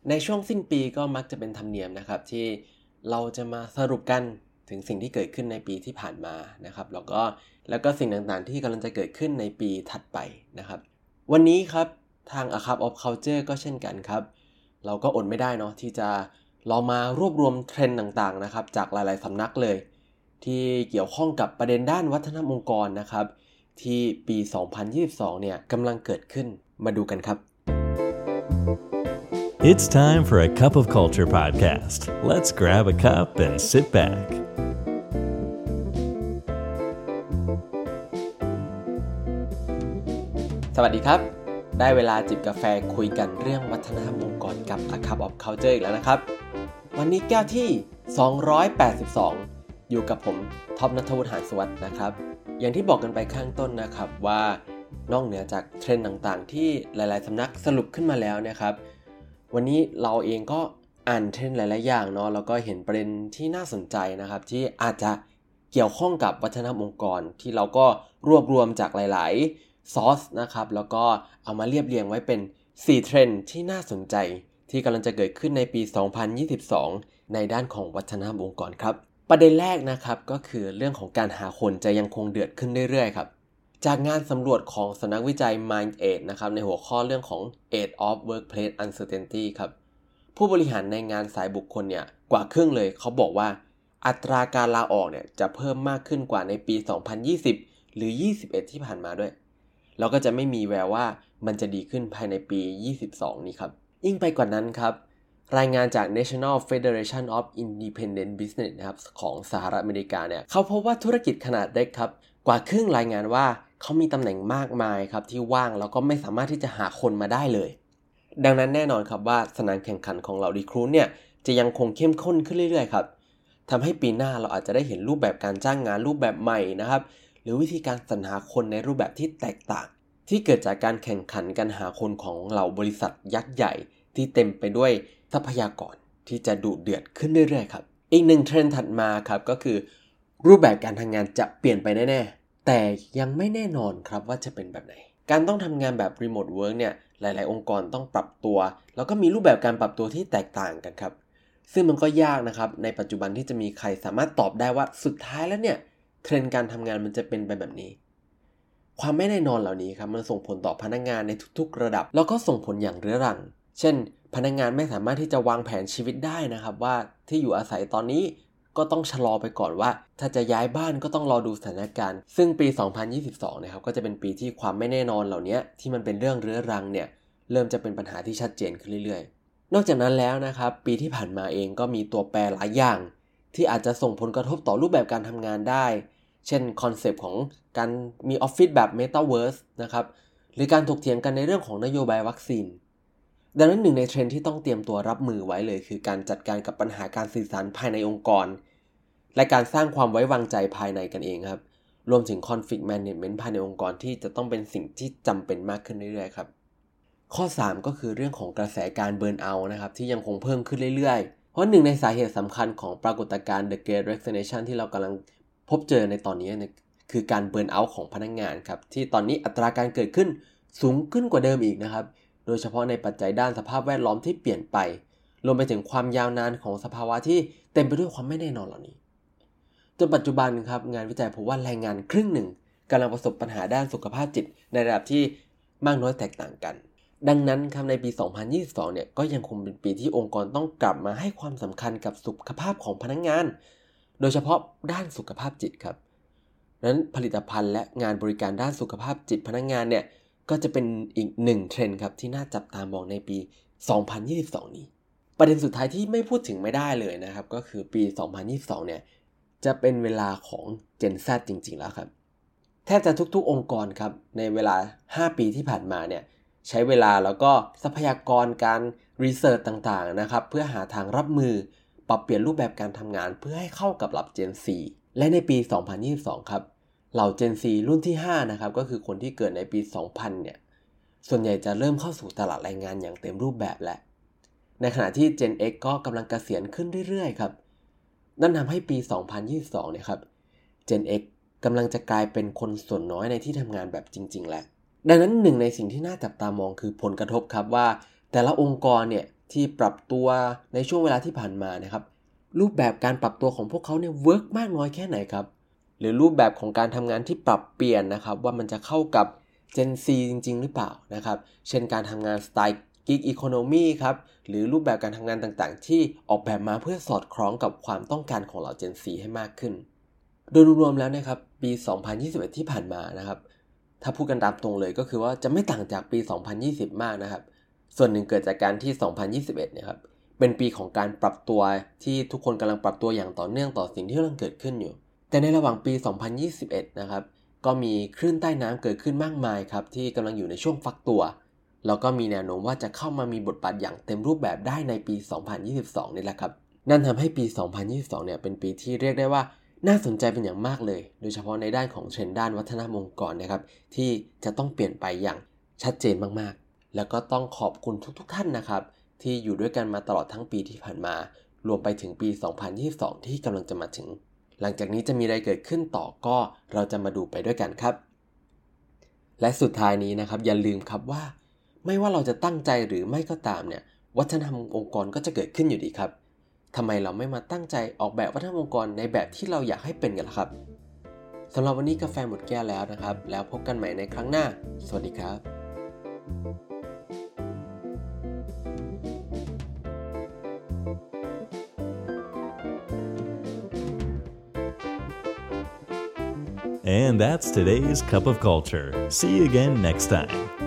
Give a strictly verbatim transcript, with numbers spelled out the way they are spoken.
ในช่วงสิ้นปีก็มักจะเป็นธรรมเนียมนะครับที่เราจะมาสรุปกันถึงสิ่งที่เกิดขึ้นในปีที่ผ่านมานะครับแล้วก็แล้วก็สิ่งต่างๆที่กำลังจะเกิดขึ้นในปีถัดไปนะครับวันนี้ครับทาง A Cup of Culture ก็เช่นกันครับเราก็อดไม่ได้เนาะที่จะเรามารวบรวมเทรนด์ต่างๆนะครับจากหลายๆสำนักเลยที่เกี่ยวข้องกับประเด็นด้านวัฒนธรรมองค์กรนะครับที่ปีสองพันยี่สิบสองเนี่ยกำลังเกิดขึ้นมาดูกันครับ It's time for a Cup of Culture podcast. Let's grab a cup and sit back. สวัสดีครับได้เวลาจิบกาแฟคุยกันเรื่องวัฒนธรรมองค์กรกับ A Cup of Culture อีกแล้วนะครับวันนี้แก้วที่สองร้อยแปดสิบสองอยู่กับผมท็อปณัฐวุฒิหานสุวัฒน์นะครับอย่างที่บอกกันไปข้างต้นนะครับว่านอกเหนือจากเทรนด์ต่างๆที่หลายๆสำนักสรุปขึ้นมาแล้วนะครับวันนี้เราเองก็อ่านเทรนด์หลายๆอย่างเนาะแล้วก็เห็นประเด็นที่น่าสนใจนะครับที่อาจจะเกี่ยวข้องกับวัฒนธรรมองค์กรที่เราก็รวบรวมจากหลายๆซอสนะครับแล้วก็เอามาเรียบเรียงไว้เป็นสี่เทรนด์ที่น่าสนใจที่กำลังจะเกิดขึ้นในปีสองพันยี่สิบสองในด้านของวัฒนธรรมองค์กรครับประเด็นแรกนะครับก็คือเรื่องของการหาคนจะยังคงเดือดขึ้นเรื่อยๆครับจากงานสำรวจของสำนักวิจัย Mind เอท นะครับในหัวข้อเรื่องของ Age of Workplace Uncertainty ครับผู้บริหารในงานสายบุคคลเนี่ยกว่าครึ่งเลยเขาบอกว่าอัตราการลาออกเนี่ยจะเพิ่มมากขึ้นกว่าในปีสองพันยี่สิบหรือยี่สิบเอ็ดที่ผ่านมาด้วยแล้วก็จะไม่มีแววว่ามันจะดีขึ้นภายในปียี่สิบสองนี้ครับยิ่งไปกว่านั้นครับรายงานจาก National Federation of Independent Business นะครับของสหรัฐอเมริกาเนี่ยเขาพบว่าธุรกิจขนาดเล็กครับกว่าครึ่งรายงานว่าเขามีตำแหน่งมากมายครับที่ว่างแล้วก็ไม่สามารถที่จะหาคนมาได้เลยดังนั้นแน่นอนครับว่าสนามแข่งขันของเหล่ารีครูทเนี่ยจะยังคงเข้มข้นขึ้นเรื่อยๆครับทำให้ปีหน้าเราอาจจะได้เห็นรูปแบบการจ้างงานรูปแบบใหม่นะครับหรือวิธีการสรรหาคนในรูปแบบที่แตกต่างที่เกิดจากการแข่งขันกันหาคนของเหล่าบริษัทยักษ์ใหญ่ที่เต็มไปด้วยทรัพยากรที่จะดุเดือดขึ้นเรื่อยๆครับอีกหนึ่งเทรนด์ถัดมาครับก็คือรูปแบบการทำงานจะเปลี่ยนไปแน่ๆแต่ยังไม่แน่นอนครับว่าจะเป็นแบบไหนการต้องทำงานแบบรีโมทเวิร์คเนี่ยหลายๆองค์กรต้องปรับตัวแล้วก็มีรูปแบบการปรับตัวที่แตกต่างกันครับซึ่งมันก็ยากนะครับในปัจจุบันที่จะมีใครสามารถตอบได้ว่าสุดท้ายแล้วเนี่ยเทรนด์การทำงานมันจะเป็นไปแบบนี้ความไม่แน่นอนเหล่านี้ครับมันส่งผลต่อพนักงานในทุกๆระดับแล้วก็ส่งผลอย่างเรื้อรังเช่นพนักงานไม่สามารถที่จะวางแผนชีวิตได้นะครับว่าที่อยู่อาศัยตอนนี้ก็ต้องชะลอไปก่อนว่าถ้าจะย้ายบ้านก็ต้องรอดูสถานการณ์ซึ่งปีสองพันยี่สิบสองนะครับก็จะเป็นปีที่ความไม่แน่นอนเหล่านี้ที่มันเป็นเรื่องเรื้อรังเนี่ยเริ่มจะเป็นปัญหาที่ชัดเจนขึ้นเรื่อยๆนอกจากนั้นแล้วนะครับปีที่ผ่านมาเองก็มีตัวแปรหลายอย่างที่อาจจะส่งผลกระทบต่อรูปแบบการทำงานได้เช่นคอนเซปต์ของการมีออฟฟิศแบบ Metaverse นะครับหรือการถกเถียงกันในเรื่องของนโยบายวัคซีนดังนั้นหนึ่งในเทรนด์ที่ต้องเตรียมตัวรับมือไว้เลยคือการจัดการกับปัญหาการสื่อสารภายในองค์กรและการสร้างความไว้วางใจภายในกันเองครับรวมถึง conflict management ภายในองค์กรที่จะต้องเป็นสิ่งที่จำเป็นมากขึ้นเรื่อยๆครับข้อสามก็คือเรื่องของกระแสการเบิร์นเอาท์นะครับที่ยังคงเพิ่มขึ้นเรื่อยๆเพราะหนึ่งในสาเหตุสำคัญของปรากฏการณ์ The Great Resignation ที่เรากำลังพบเจอในตอนนี้เนี่ยคือการเบิร์นเอาท์ของพนักงานครับที่ตอนนี้อัตราการเกิดขึ้นสูงขึ้นกว่าเดิมอีกนะครับโดยเฉพาะในปัจจัยด้านสภาพแวดล้อมที่เปลี่ยนไปรวมไปถึงความยาวนานของสภาวะที่เต็มไปด้วยความไม่แน่นอนเหล่านี้จนปัจจุบันครับงานวิจัยพบว่าแรงงานครึ่งหนึ่งกำลังประสบปัญหาด้านสุขภาพจิตในระดับที่มากน้อยแตกต่างกันดังนั้นครับในปีสองพันยี่สิบสองเนี่ยก็ยังคงเป็นปีที่องค์กรต้องกลับมาให้ความสำคัญกับสุขภาพของพนักงานโดยเฉพาะด้านสุขภาพจิตครับนั้นผลิตภัณฑ์และงานบริการด้านสุขภาพจิตพนักงานเนี่ยก็จะเป็นอีกหนึ่งเทรนด์ครับที่น่าจับตามองในปีสองพันยี่สิบสองนี้ประเด็นสุดท้ายที่ไม่พูดถึงไม่ได้เลยนะครับก็คือปีสองพันยี่สิบสองเนี่ยจะเป็นเวลาของ Gen Z จริงๆแล้วครับแทบจะทุกๆองค์กรครับในเวลาห้าปีที่ผ่านมาเนี่ยใช้เวลาแล้วก็ทรัพยากรการรีเสิร์ชต่างๆนะครับเพื่อหาทางรับมือปรับเปลี่ยนรูปแบบการทำงานเพื่อให้เข้ากับเหล่า Gen Z และในปีสองพันยี่สิบสองครับเหล่า Gen Z รุ่นที่ห้านะครับก็คือคนที่เกิดในปีสองพันเนี่ยส่วนใหญ่จะเริ่มเข้าสู่ตลาดแรงงานอย่างเต็มรูปแบบแล้วในขณะที่ Gen X ก็กำลังเกษียณขึ้นเรื่อยๆครับนั่นทำให้ปีสองพันยี่สิบสองเนี่ยครับ Gen X กำลังจะกลายเป็นคนส่วนน้อยในที่ทำงานแบบจริงๆแล้วดังนั้นหนึ่งในสิ่งที่น่าจับตามองคือผลกระทบครับว่าแต่ละองค์กรเนี่ยที่ปรับตัวในช่วงเวลาที่ผ่านมานะครับรูปแบบการปรับตัวของพวกเขาเนี่ยเวิร์กมากน้อยแค่ไหนครับหรือรูปแบบของการทำงานที่ปรับเปลี่ยนนะครับว่ามันจะเข้ากับ Gen Z จริงๆหรือเปล่านะครับเช่นการทำงานสไตล์ Gig Economy ครับหรือรูปแบบการทำงานต่างๆที่ออกแบบมาเพื่อสอดคล้องกับความต้องการของเหล่า Gen Z ให้มากขึ้นโดยรวมๆแล้วนะครับปีสองพันยี่สิบเอ็ดที่ผ่านมานะครับถ้าพูดกันตามตรงเลยก็คือว่าจะไม่ต่างจากปีสองพันยี่สิบมากนะครับส่วนหนึ่งเกิดจากการที่สองพันยี่สิบเอ็ดเนี่ยครับเป็นปีของการปรับตัวที่ทุกคนกำลังปรับตัวอย่างต่อเนื่องต่อสิ่งที่กำลังเกิดขึ้นอยู่แต่ในระหว่างปีสองพันยี่สิบเอ็ดนะครับก็มีคลื่นใต้น้ำเกิดขึ้นมากมายครับที่กำลังอยู่ในช่วงฟักตัวแล้วก็มีแนวโน้มว่าจะเข้ามามีบทบาทอย่างเต็มรูปแบบได้ในปีสองพันยี่สิบสองนี่แหละครับนั่นทำให้ปีสองพันยี่สิบสองเนี่ยเป็นปีที่เรียกได้ว่าน่าสนใจเป็นอย่างมากเลยโดยเฉพาะในด้านของเทรนด์ด้านวัฒนธรรมองค์กรนะครับที่จะต้องเปลี่ยนไปอย่างชัดเจนมากๆแล้วก็ต้องขอบคุณทุกๆท่านนะครับที่อยู่ด้วยกันมาตลอดทั้งปีที่ผ่านมารวมไปถึงปีสองพันยี่สิบสองที่กำลังจะมาถึงหลังจากนี้จะมีอะไรเกิดขึ้นต่อก็เราจะมาดูไปด้วยกันครับและสุดท้ายนี้นะครับอย่าลืมครับว่าไม่ว่าเราจะตั้งใจหรือไม่ก็ตามเนี่ยวัฒนธรรมองค์กรก็จะเกิดขึ้นอยู่ดีครับทำไมเราไม่มาตั้งใจออกแบบวัฒนธรรมองค์กรในแบบที่เราอยากให้เป็นกันล่ะครับสำหรับวันนี้กาแฟหมดแก้วแล้วนะครับแล้วพบกันใหม่ในครั้งหน้าสวัสดีครับ And that's today's Cup of Culture. See you again next time.